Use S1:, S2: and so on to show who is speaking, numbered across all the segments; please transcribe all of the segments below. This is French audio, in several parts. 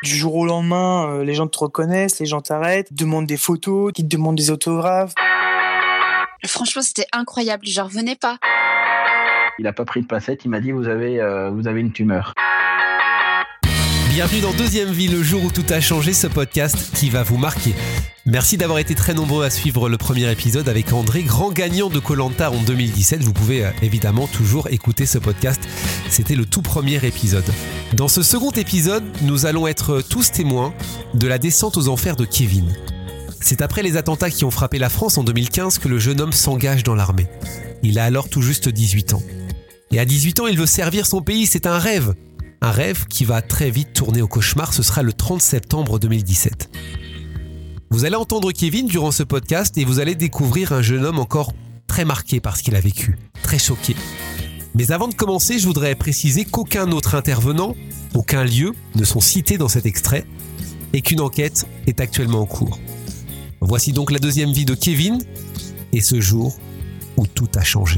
S1: Du jour au lendemain, les gens te reconnaissent, les gens t'arrêtent, te demandent des photos, ils te demandent des autographes.
S2: Franchement, c'était incroyable, j'en revenais pas.
S3: Il a pas pris de passette, il m'a dit vous avez une tumeur.
S4: Bienvenue dans Deuxième Vie, le jour où tout a changé, ce podcast qui va vous marquer. Merci d'avoir été très nombreux à suivre le premier épisode avec André, grand gagnant de Koh-Lanta en 2017. Vous pouvez évidemment toujours écouter ce podcast. C'était le tout premier épisode. Dans ce second épisode, nous allons être tous témoins de la descente aux enfers de Kevin. C'est après les attentats qui ont frappé la France en 2015 que le jeune homme s'engage dans l'armée. Il a alors tout juste 18 ans. Et à 18 ans, il veut servir son pays, c'est un rêve. Un rêve qui va très vite tourner au cauchemar, ce sera le 30 septembre 2017. Vous allez entendre Kevin durant ce podcast et vous allez découvrir un jeune homme encore très marqué par ce qu'il a vécu, très choqué. Mais avant de commencer, je voudrais préciser qu'aucun autre intervenant, aucun lieu ne sont cités dans cet extrait et qu'une enquête est actuellement en cours. Voici donc la deuxième vie de Kevin et ce jour où tout a changé.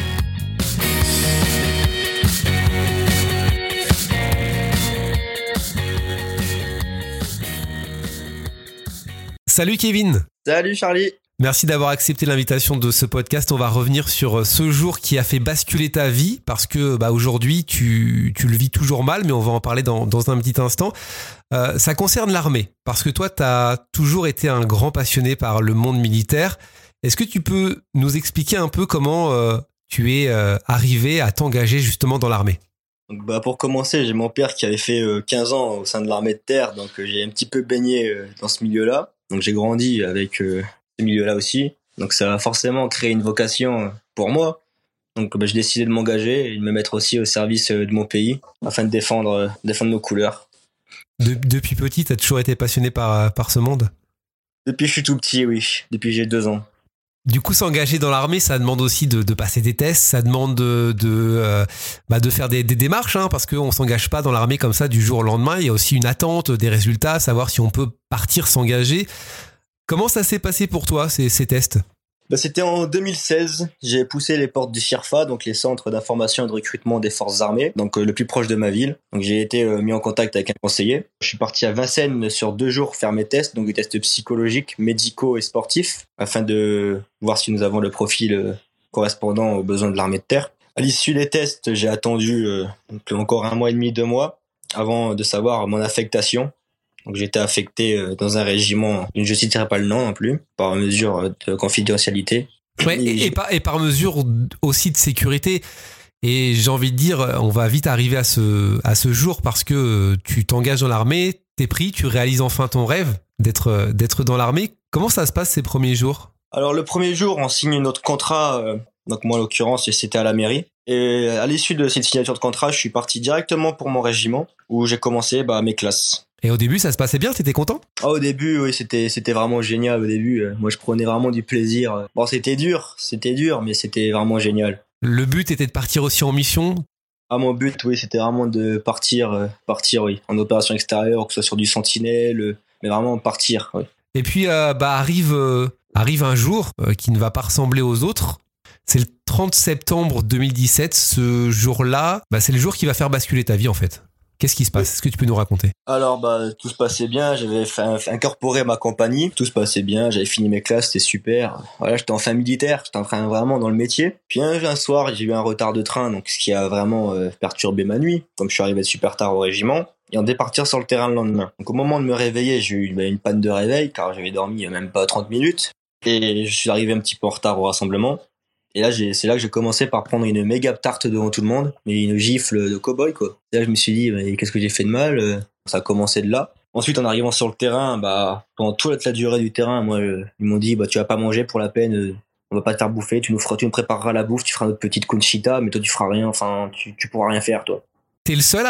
S4: Salut Kevin.
S5: Salut Charlie.
S4: Merci d'avoir accepté l'invitation de ce podcast. On va revenir sur ce jour qui a fait basculer ta vie parce que aujourd'hui tu le vis toujours mal, mais on va en parler dans un petit instant. Ça concerne l'armée parce que toi tu as toujours été un grand passionné par le monde militaire. Est-ce que tu peux nous expliquer un peu comment tu es arrivé à t'engager justement dans l'armée ?
S5: Donc, pour commencer, j'ai mon père qui avait fait 15 ans au sein de l'armée de terre, donc j'ai un petit peu baigné dans ce milieu-là. Donc j'ai grandi avec ce milieu-là aussi. Donc ça a forcément créé une vocation pour moi. Donc j'ai décidé de m'engager et de me mettre aussi au service de mon pays afin de défendre nos couleurs.
S4: Depuis petit, tu as toujours été passionné par ce monde ?
S5: Depuis que je suis tout petit, oui. Depuis que j'ai 2 ans.
S4: Du coup, s'engager dans l'armée, ça demande aussi de passer des tests, ça demande de faire des démarches, parce qu'on s'engage pas dans l'armée comme ça du jour au lendemain. Il y a aussi une attente des résultats, savoir si on peut partir s'engager. Comment ça s'est passé pour toi, ces tests ?
S5: C'était en 2016, j'ai poussé les portes du CIRFA, donc les centres d'information et de recrutement des forces armées, donc le plus proche de ma ville. Donc j'ai été mis en contact avec un conseiller. Je suis parti à Vincennes sur 2 jours faire mes tests, donc des tests psychologiques, médicaux et sportifs, afin de voir si nous avons le profil correspondant aux besoins de l'armée de terre. À l'issue des tests, j'ai attendu encore 1 mois et demi, 2 mois, avant de savoir mon affectation. Donc j'ai été affecté dans un régiment, je ne citerai pas le nom non plus, par mesure de confidentialité.
S4: Ouais, et par mesure aussi de sécurité. Et j'ai envie de dire, on va vite arriver à ce jour parce que tu t'engages dans l'armée, t'es pris, tu réalises enfin ton rêve d'être dans l'armée. Comment ça se passe ces premiers jours ?
S5: Alors le premier jour, on signe notre contrat, donc moi en l'occurrence c'était à la mairie. Et à l'issue de cette signature de contrat, je suis parti directement pour mon régiment où j'ai commencé mes classes.
S4: Et au début, ça se passait bien, t'étais content ?
S5: Au début, oui, c'était vraiment génial. Au début, moi, je prenais vraiment du plaisir. Bon, c'était dur, mais c'était vraiment génial.
S4: Le but était de partir aussi en mission ?
S5: Mon but, oui, c'était vraiment de partir, oui, en opération extérieure, que ce soit sur du sentinelle, mais vraiment partir, oui.
S4: Et puis, arrive un jour qui ne va pas ressembler aux autres. C'est le 30 septembre 2017. Ce jour-là, c'est le jour qui va faire basculer ta vie, en fait. Qu'est-ce qui se passe ? Est-ce que tu peux nous raconter ?
S5: Alors, tout se passait bien. J'avais incorporé ma compagnie. Tout se passait bien. J'avais fini mes classes. C'était super. Voilà, j'étais en fin militaire. J'étais en train vraiment dans le métier. Puis un soir, j'ai eu un retard de train, donc ce qui a vraiment perturbé ma nuit. Comme je suis arrivé super tard au régiment. Et on devait partir sur le terrain le lendemain. Donc au moment de me réveiller, j'ai eu une panne de réveil, car j'avais dormi même pas 30 minutes. Et je suis arrivé un petit peu en retard au rassemblement. Et là, c'est là que j'ai commencé par prendre une méga tarte devant tout le monde, mais une gifle de cow-boy, quoi. Et là, je me suis dit, mais qu'est-ce que j'ai fait de mal ? Ça a commencé de là. Ensuite, en arrivant sur le terrain, pendant toute la durée du terrain, moi, ils m'ont dit, tu vas pas manger pour la peine, on va pas te faire bouffer, tu nous prépareras la bouffe, tu feras notre petite conchita, mais toi, tu feras rien, enfin, tu pourras rien faire, toi.
S4: T'es le seul à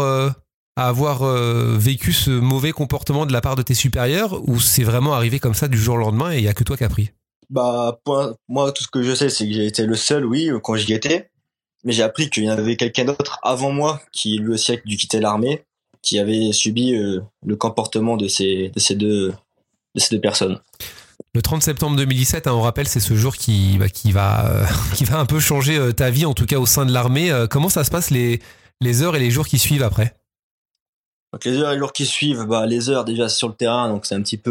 S4: avoir vécu ce mauvais comportement de la part de tes supérieurs, ou c'est vraiment arrivé comme ça du jour au lendemain et il y a que toi qui as pris ?
S5: Moi, tout ce que je sais, c'est que j'ai été le seul, oui, quand j'y étais. Mais j'ai appris qu'il y en avait quelqu'un d'autre avant moi qui, lui aussi, a dû quitter l'armée, qui avait subi le comportement de ces deux personnes.
S4: Le 30 septembre 2017, on rappelle, c'est ce jour qui va un peu changer ta vie, en tout cas au sein de l'armée. Comment ça se passe les heures et les jours qui suivent après ?
S5: Donc les heures et les jours qui suivent, les heures déjà sur le terrain, donc c'est un petit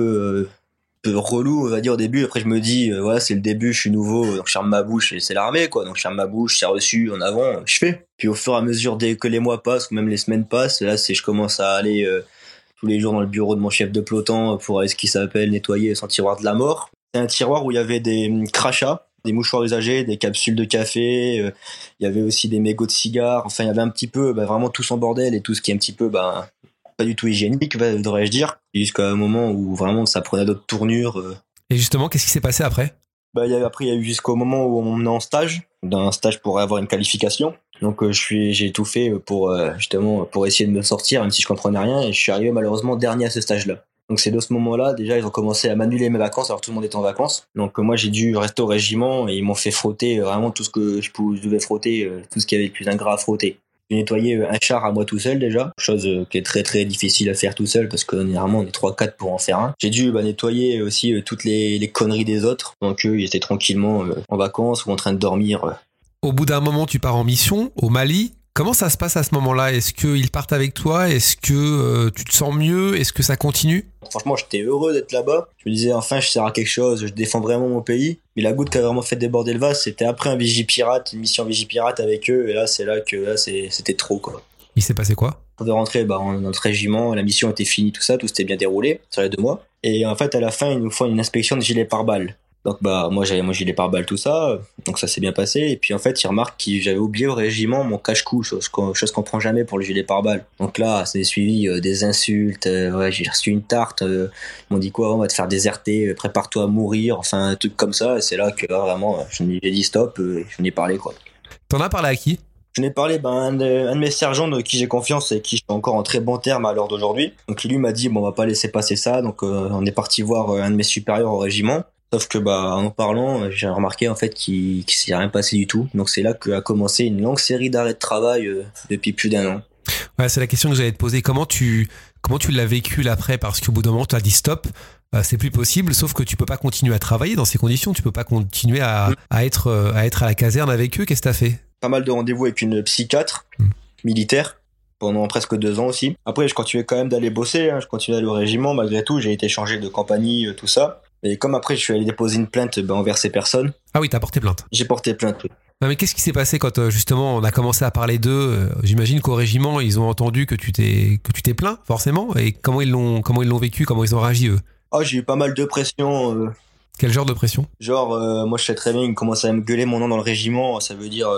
S5: peu relou, on va dire au début. Après je me dis, voilà, c'est le début, je suis nouveau, donc je ferme ma bouche et c'est l'armée, quoi. Donc je ferme ma bouche, c'est reçu, en avant, je fais. Puis au fur et à mesure, dès que les mois passent ou même les semaines passent, là je commence à aller tous les jours dans le bureau de mon chef de peloton pour aller ce qui s'appelle nettoyer son tiroir de la mort. C'est un tiroir où il y avait des crachats, des mouchoirs usagés, des capsules de café, il y avait aussi des mégots de cigares, enfin il y avait un petit peu vraiment tout son bordel et tout ce qui est un petit peu pas du tout hygiénique, devrais-je dire, jusqu'à un moment où vraiment ça prenait d'autres tournures.
S4: Et justement, qu'est-ce qui s'est passé après ?
S5: Après il y a eu jusqu'au moment où on est en stage, d'un stage pour avoir une qualification. Donc j'ai tout fait pour justement pour essayer de me sortir, même si je comprenais rien, et je suis arrivé malheureusement dernier à ce stage-là. Donc c'est de ce moment-là, déjà ils ont commencé à m'annuler mes vacances alors que tout le monde était en vacances. Donc moi j'ai dû rester au régiment et ils m'ont fait frotter vraiment tout ce que je devais frotter, tout ce qui avait le plus ingrat à frotter. J'ai nettoyé un char à moi tout seul déjà, chose qui est très très difficile à faire tout seul parce que généralement on est 3-4 pour en faire un. J'ai dû nettoyer aussi toutes les conneries des autres. Donc eux ils étaient tranquillement en vacances ou en train de dormir.
S4: Au bout d'un moment, tu pars en mission au Mali. Comment ça se passe à ce moment-là ? Est-ce qu'ils partent avec toi ? Est-ce que tu te sens mieux ? Est-ce que ça continue ?
S5: Franchement, j'étais heureux d'être là-bas. Je me disais, enfin, je sers à quelque chose, je défends vraiment mon pays. Mais la goutte qui a vraiment fait déborder le vase, c'était après un Vigipirate, une mission Vigipirate avec eux. Et là, c'était trop, quoi.
S4: Il s'est passé quoi ?
S5: On est rentré dans notre régiment, la mission était finie, tout ça, tout s'était bien déroulé sur les 2 mois. Et en fait, à la fin, ils nous font une inspection de gilet pare-balles. Donc moi j'avais mon gilet pare-balles, tout ça, donc ça s'est bien passé. Et puis en fait ils remarquent que j'avais oublié au régiment mon cache-cou, chose qu'on prend jamais pour le gilet pare-balles. Donc là c'est suivi des insultes, j'ai reçu une tarte, ils m'ont dit quoi, on va te faire déserter, prépare-toi à mourir, enfin un truc comme ça. Et c'est là que vraiment j'ai dit stop, j'en ai parlé, quoi.
S4: T'en as parlé à qui ?
S5: Je n'ai parlé un de mes sergents de qui j'ai confiance et qui je suis encore en très bon terme à l'heure d'aujourd'hui. Donc lui m'a dit on va pas laisser passer ça, donc on est parti voir un de mes supérieurs au régiment. Sauf que en parlant, j'ai remarqué en fait qu'il s'est rien passé du tout. Donc c'est là qu'a commencé une longue série d'arrêts de travail depuis plus d'1 an.
S4: Ouais, c'est la question que j'allais te poser. Comment tu l'as vécu l'après ? Parce qu'au bout d'un moment, tu as dit stop, c'est plus possible. Sauf que tu peux pas continuer à travailler dans ces conditions. Tu peux pas continuer à être à la caserne avec eux. Qu'est-ce que t'as fait ?
S5: Pas mal de rendez-vous avec une psychiatre militaire pendant presque 2 ans aussi. Après, je continuais quand même d'aller bosser. Je continuais d'aller au régiment malgré tout. J'ai été changé de compagnie, tout ça. Et comme après, je suis allé déposer une plainte envers ces personnes.
S4: Ah oui, t'as porté plainte.
S5: J'ai porté plainte, oui.
S4: Non, mais qu'est-ce qui s'est passé quand justement on a commencé à parler d'eux ? J'imagine qu'au régiment, ils ont entendu que tu t'es plaint, forcément. Et comment ils l'ont vécu ? Comment ils ont réagi, eux ?
S5: J'ai eu pas mal de pression.
S4: Quel genre de pression ?
S5: Genre, moi je sais très bien, ils commençaient à me gueuler mon nom dans le régiment. Ça veut dire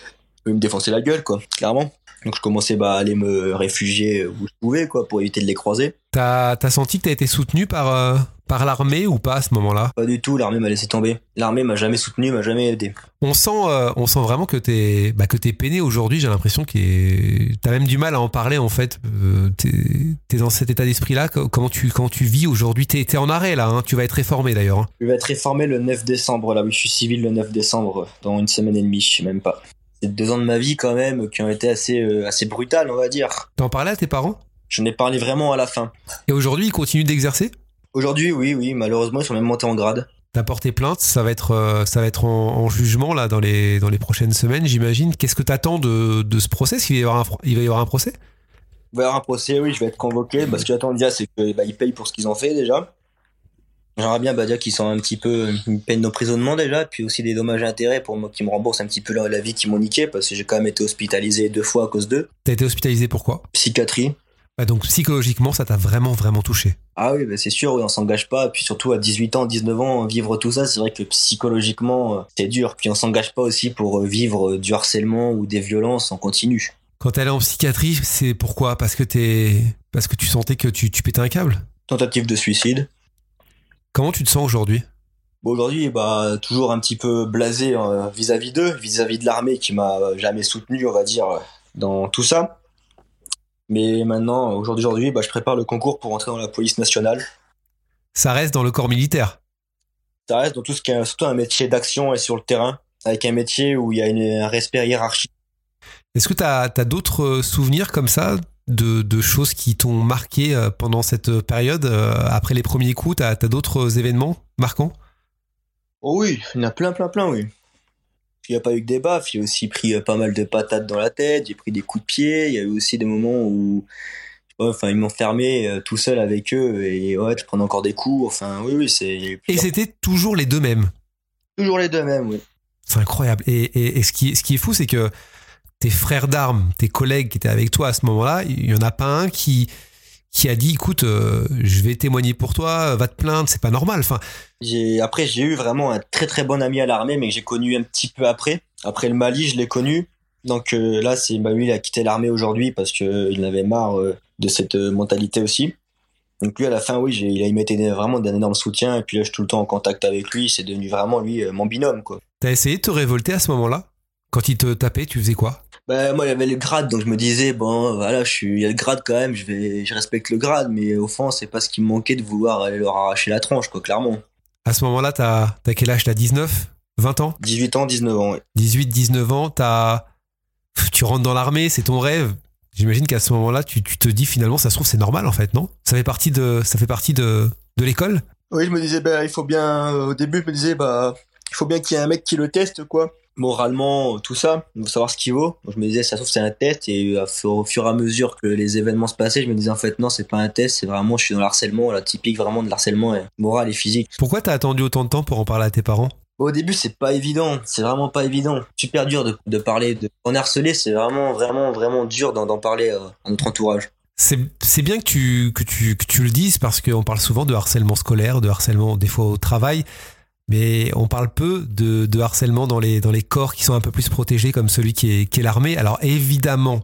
S5: me défoncer la gueule, quoi, clairement. Donc je commençais à aller me réfugier où je pouvais, quoi, pour éviter de les croiser.
S4: T'as senti que t'as été soutenu par l'armée ou pas à ce moment-là ?
S5: Pas du tout, l'armée m'a laissé tomber. L'armée m'a jamais soutenu, m'a jamais aidé.
S4: On sent vraiment que t'es peiné aujourd'hui. J'ai l'impression que t'as même du mal à en parler en fait. T'es dans cet état d'esprit-là. Comment tu vis aujourd'hui ? T'es en arrêt là. Tu vas être réformé d'ailleurs. Hein.
S5: Je vais être réformé le 9 décembre. Là, oui, je suis civil le 9 décembre, dans 1 semaine et demie, même pas. C'est 2 ans de ma vie quand même qui ont été assez brutales, on va dire.
S4: T'en parlais à tes parents ?
S5: J'en ai parlé vraiment à la fin.
S4: Et aujourd'hui, ils continuent d'exercer ?
S5: Aujourd'hui, oui, malheureusement, ils sont même montés en grade.
S4: T'as porté plainte, ça va être en jugement là dans les prochaines semaines, j'imagine. Qu'est-ce que t'attends de ce procès ? Est-ce qu'il va y avoir un procès ?
S5: Il va y avoir un procès, oui, je vais être convoqué. Ce que j'attends déjà, c'est qu'ils payent pour ce qu'ils ont fait déjà. J'aimerais bien dire qu'ils sont un petit peu une peine d'emprisonnement déjà, puis aussi des dommages et intérêts pour moi, qu'ils me remboursent un petit peu la vie qu'ils m'ont niqué, parce que j'ai quand même été hospitalisé 2 fois à cause d'eux.
S4: T'as été hospitalisé pourquoi ?
S5: Psychiatrie.
S4: Donc psychologiquement, ça t'a vraiment touché.
S5: Ah oui, c'est sûr, oui, on s'engage pas. Puis surtout à 18 ans, 19 ans, vivre tout ça, c'est vrai que psychologiquement, c'est dur. Puis on s'engage pas aussi pour vivre du harcèlement ou des violences en continu.
S4: Quand t'es allé en psychiatrie, c'est pourquoi ? Parce que tu sentais que tu pétais un câble ?
S5: Tentative de suicide.
S4: Comment tu te sens aujourd'hui ?
S5: Aujourd'hui, toujours un petit peu blasé vis-à-vis d'eux, vis-à-vis de l'armée qui m'a jamais soutenu, on va dire, dans tout ça. Mais maintenant, aujourd'hui, je prépare le concours pour entrer dans la police nationale.
S4: Ça reste dans le corps militaire ?
S5: Ça reste dans tout ce qui est surtout un métier d'action et sur le terrain, avec un métier où il y a un respect hiérarchique.
S4: Est-ce que t'as d'autres souvenirs comme ça de choses qui t'ont marqué pendant cette période après les premiers coups ? T'as d'autres événements marquants ?
S5: Oh oui, il y en a plein, oui. Il n'y a pas eu que des baffes, j'ai aussi pris pas mal de patates dans la tête, j'ai pris des coups de pied, il y a eu aussi des moments où Ouais, enfin, ils m'ont fermé tout seul avec eux et ouais, je prenais encore des coups. Enfin, oui, c'est.
S4: Et c'était toujours les deux mêmes.
S5: Toujours les deux mêmes, oui.
S4: C'est incroyable. Et ce qui est fou, c'est que tes frères d'armes, tes collègues qui étaient avec toi à ce moment-là, il y en a pas un qui a dit, écoute, je vais témoigner pour toi, va te plaindre, c'est pas normal. Enfin,
S5: Après, j'ai eu vraiment un très très bon ami à l'armée, mais que j'ai connu un petit peu après. Après le Mali, je l'ai connu. Donc là, lui, il a quitté l'armée aujourd'hui parce que il en avait marre de cette mentalité aussi. Donc lui, à la fin, oui, il m'a été vraiment d'un énorme soutien. Et puis là, je suis tout le temps en contact avec lui. C'est devenu vraiment, lui, mon binôme, quoi.
S4: t'as essayé de te révolter à ce moment-là? Quand il te tapait, tu faisais quoi?
S5: Bah, moi, il y avait le grade, donc je me disais, bon, voilà, il y a le grade quand même, je respecte le grade, mais au fond, c'est pas ce qui me manquait de vouloir aller leur arracher la tronche, quoi, clairement.
S4: À ce moment-là, t'as quel âge? T'as 19? 20 ans?
S5: 18 ans, 19 ans, ouais.
S4: 18, 19 ans, tu rentres dans l'armée, c'est ton rêve. J'imagine qu'à ce moment-là, tu te dis finalement, ça se trouve, c'est normal en fait, non? Ça fait partie de l'école?
S5: Oui, je me disais, il faut bien, au début, je me disais, il faut bien qu'il y ait un mec qui le teste, quoi. Moralement, tout ça, il faut savoir ce qu'il vaut. Donc, je me disais, ça se trouve, c'est un test, et au fur et à mesure que les événements se passaient, je me disais, en fait, non, c'est pas un test, c'est vraiment, je suis dans l'harcèlement, la typique vraiment de l'harcèlement moral et physique.
S4: Pourquoi t'as attendu autant de temps pour en parler à tes parents?
S5: Au début, c'est pas évident, c'est vraiment pas évident. Super dur de parler en harcelé, c'est vraiment dur d'en parler à notre entourage.
S4: C'est bien que tu le dises parce qu'on parle souvent de harcèlement scolaire, de harcèlement des fois au travail, mais on parle peu de harcèlement dans les corps qui sont un peu plus protégés comme celui qui est l'armée. Alors évidemment,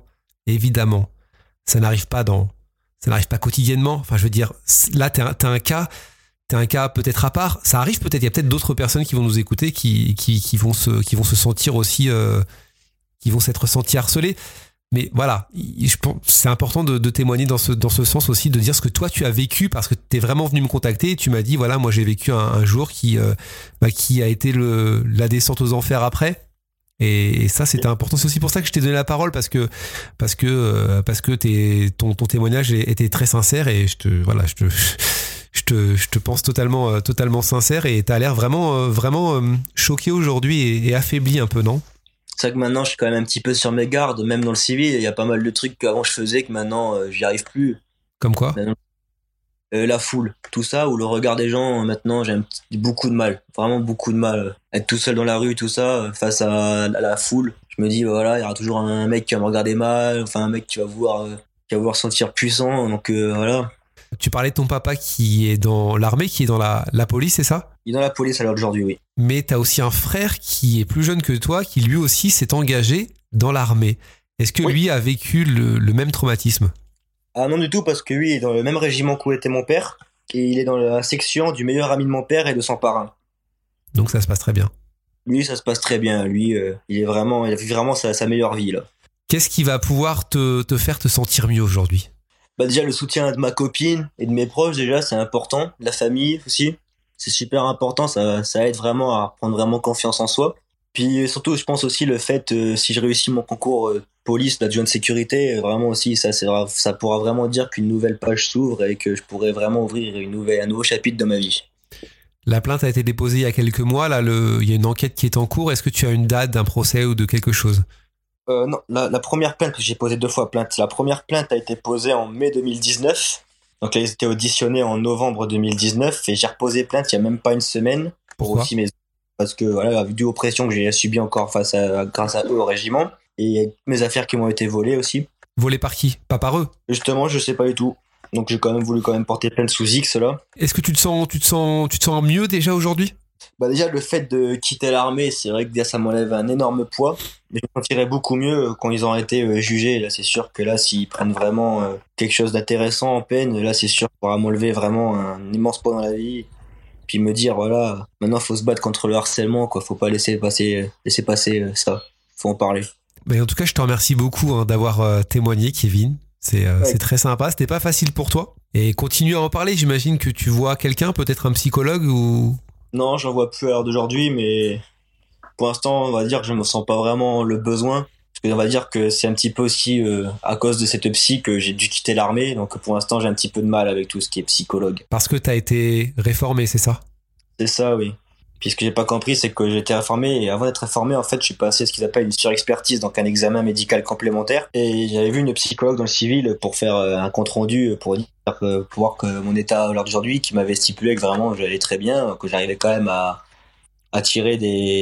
S4: ça n'arrive pas quotidiennement. Enfin, je veux dire, là t'as un cas peut-être à part. Ça arrive peut-être. Il y a peut-être d'autres personnes qui vont nous écouter qui vont se sentir aussi, qui vont s'être sentis harcelés. Mais voilà, je pense c'est important de témoigner dans ce sens aussi, de dire ce que toi tu as vécu, parce que t'es vraiment venu me contacter et tu m'as dit voilà, moi j'ai vécu un jour qui a été la descente aux enfers après. Et ça c'était important. C'est aussi pour ça que je t'ai donné la parole, parce que ton témoignage était très sincère et je te pense totalement sincère, et t'as l'air vraiment choqué aujourd'hui et affaibli un peu, non?
S5: C'est vrai que maintenant, je suis quand même un petit peu sur mes gardes, même dans le civil. Il y a pas mal de trucs qu'avant je faisais que maintenant, j'y arrive plus.
S4: Comme quoi?
S5: Maintenant, la foule, tout ça, ou le regard des gens, maintenant, beaucoup de mal. Vraiment beaucoup de mal. Être tout seul dans la rue, tout ça, face à la foule. Je me dis, voilà, il y aura toujours un mec qui va me regarder mal, enfin, un mec qui va vouloir se sentir puissant. Donc, voilà.
S4: Tu parlais de ton papa qui est dans l'armée, qui est dans la police, c'est ça?
S5: Il est dans la police à l'heure d'aujourd'hui, oui.
S4: Mais t'as aussi un frère qui est plus jeune que toi, qui lui aussi s'est engagé dans l'armée. Est-ce que lui a vécu le même traumatisme?
S5: Ah non du tout, parce que lui est dans le même régiment qu'où était mon père, et il est dans la section du meilleur ami de mon père et de son parrain.
S4: Donc ça se passe très bien.
S5: Lui, ça se passe très bien. Lui, il a vu vraiment sa meilleure vie, là.
S4: Qu'est-ce qui va pouvoir te faire te sentir mieux aujourd'hui?
S5: Déjà, le soutien de ma copine et de mes proches, déjà, c'est important. De la famille aussi. C'est super important. Ça aide vraiment à prendre vraiment confiance en soi. Puis surtout, je pense aussi le fait, si je réussis mon concours police, d'adjoint de sécurité, vraiment aussi, ça pourra vraiment dire qu'une nouvelle page s'ouvre et que je pourrais vraiment ouvrir un nouveau chapitre de ma vie.
S4: La plainte a été déposée il y a quelques mois. Là, il y a une enquête qui est en cours. Est-ce que tu as une date d'un procès ou de quelque chose?
S5: Non, la première plainte, parce que j'ai posé 2 fois plainte. La première plainte a été posée en mai 2019. Donc là, ils étaient auditionnés en novembre 2019 et j'ai reposé plainte il y a même pas une semaine.
S4: Pourquoi?
S5: Parce que voilà, dû aux pressions que j'ai subies encore grâce à eux au régiment, et mes affaires qui m'ont été volées aussi.
S4: Volées par qui? Pas par eux?
S5: Justement, je sais pas du tout. Donc j'ai quand même voulu porter plainte sous X là.
S4: Est-ce que tu te sens mieux déjà aujourd'hui?
S5: Déjà le fait de quitter l'armée, c'est vrai que déjà ça m'enlève un énorme poids. Mais je me sentirais beaucoup mieux quand ils ont été jugés. Là, c'est sûr que là, s'ils prennent vraiment quelque chose d'intéressant en peine, là, c'est sûr qu'on pourra m'enlever vraiment un immense poids dans la vie. Puis me dire, voilà, maintenant, faut se battre contre le harcèlement, quoi. Faut pas laisser passer ça. Faut en parler.
S4: Mais en tout cas, je te remercie beaucoup d'avoir témoigné, Kevin. C'est très sympa. C'était pas facile pour toi. Et continue à en parler. J'imagine que tu vois quelqu'un, peut-être un psychologue ou...
S5: Non, j'en vois plus à l'heure d'aujourd'hui, mais pour l'instant, on va dire que je me sens pas vraiment le besoin. Parce qu'on va dire que c'est un petit peu aussi à cause de cette psy que j'ai dû quitter l'armée. Donc pour l'instant, j'ai un petit peu de mal avec tout ce qui est psychologue.
S4: Parce que t'as été réformé, c'est ça?
S5: C'est ça, oui. Puis ce que j'ai pas compris, c'est que j'ai été réformé, et avant d'être réformé, en fait, je suis passé ce qu'ils appellent une surexpertise, donc un examen médical complémentaire. Et j'avais vu une psychologue dans le civil pour faire un compte rendu, pour dire pour voir que mon état à l'heure d'aujourd'hui, qui m'avait stipulé que vraiment j'allais très bien, que j'arrivais quand même à tirer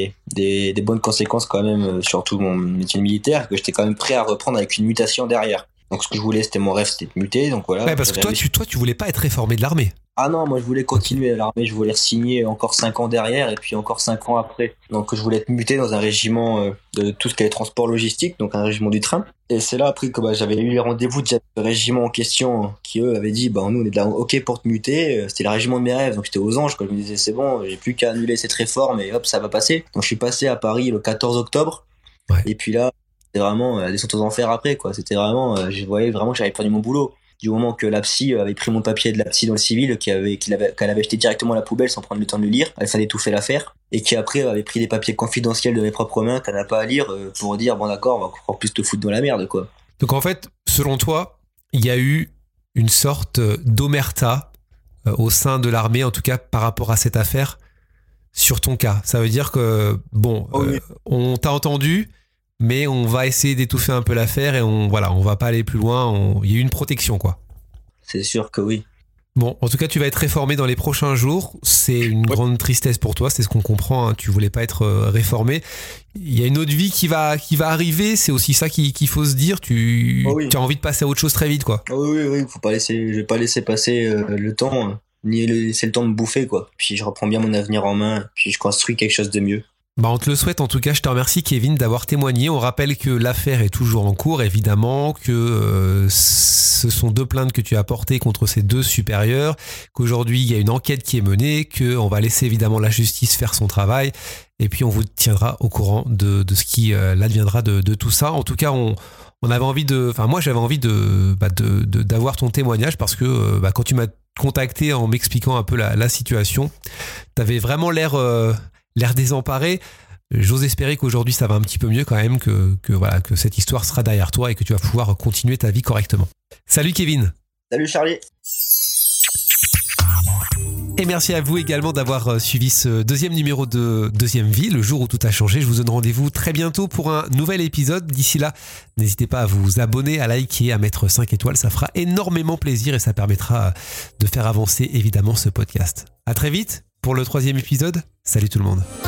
S5: des bonnes conséquences quand même sur tout mon métier militaire, que j'étais quand même prêt à reprendre avec une mutation derrière. Donc ce que je voulais, c'était mon rêve, c'était de muter, donc voilà.
S4: Ouais, parce que toi, tu voulais pas être réformé de l'armée.
S5: Ah non, moi je voulais continuer à l'armée, je voulais signer encore 5 ans derrière et puis encore 5 ans après. Donc je voulais être muté dans un régiment de tout ce qui est transport logistique, donc un régiment du train. Et c'est là après que j'avais eu les rendez-vous de le régiment en question qui eux avaient dit nous on est de là ok pour te muter. C'était le régiment de mes rêves, donc j'étais aux anges, quoi. Je me disais c'est bon, j'ai plus qu'à annuler cette réforme et hop ça va passer. Donc je suis passé à Paris le 14 octobre. Ouais. Et puis là c'était vraiment la descente aux enfers après, quoi. C'était vraiment je voyais vraiment que j'avais perdu mon boulot. Du moment que la psy avait pris mon papier de la psy dans le civil, qu'elle avait jeté directement à la poubelle sans prendre le temps de le lire, elle fallait tout fait l'affaire, et qui après avait pris des papiers confidentiels de mes propres mains qu'elle n'a pas à lire pour dire bon d'accord, on va encore plus te foutre dans la merde, quoi.
S4: Donc en fait, selon toi, il y a eu une sorte d'omerta au sein de l'armée, en tout cas par rapport à cette affaire, sur ton cas. Ça veut dire que oui. On t'a entendu, mais on va essayer d'étouffer un peu l'affaire et on va pas aller plus loin. Il y a eu une protection, quoi.
S5: C'est sûr que oui.
S4: Bon, en tout cas, tu vas être réformé dans les prochains jours. C'est une grande tristesse pour toi, c'est ce qu'on comprend. Hein. Tu voulais pas être réformé. Il y a une autre vie qui va arriver. C'est aussi ça qu'il faut se dire. Tu as envie de passer à autre chose très vite, quoi.
S5: Oui. Je vais pas laisser passer le temps, ni laisser le temps de me bouffer, quoi. Puis je reprends bien mon avenir en main. Puis je construis quelque chose de mieux.
S4: On te le souhaite en tout cas. Je te remercie Kevin d'avoir témoigné. On rappelle que l'affaire est toujours en cours, évidemment, que ce sont 2 plaintes que tu as portées contre ces 2 supérieurs, qu'aujourd'hui il y a une enquête qui est menée, qu'on va laisser évidemment la justice faire son travail et puis on vous tiendra au courant de ce qui l'adviendra de tout ça. En tout cas, on avait envie moi j'avais envie d'avoir ton témoignage parce que quand tu m'as contacté en m'expliquant un peu la situation, t'avais vraiment l'air désemparé. J'ose espérer qu'aujourd'hui ça va un petit peu mieux quand même, que cette histoire sera derrière toi et que tu vas pouvoir continuer ta vie correctement. Salut Kevin.
S5: Salut Charlie.
S4: Et merci à vous également d'avoir suivi ce 2e numéro de Deuxième Vie, le jour où tout a changé. Je vous donne rendez-vous très bientôt pour un nouvel épisode. D'ici là, n'hésitez pas à vous abonner, à liker, à mettre 5 étoiles. Ça fera énormément plaisir et ça permettra de faire avancer évidemment ce podcast. À très vite pour le 3e épisode. Salut tout le monde.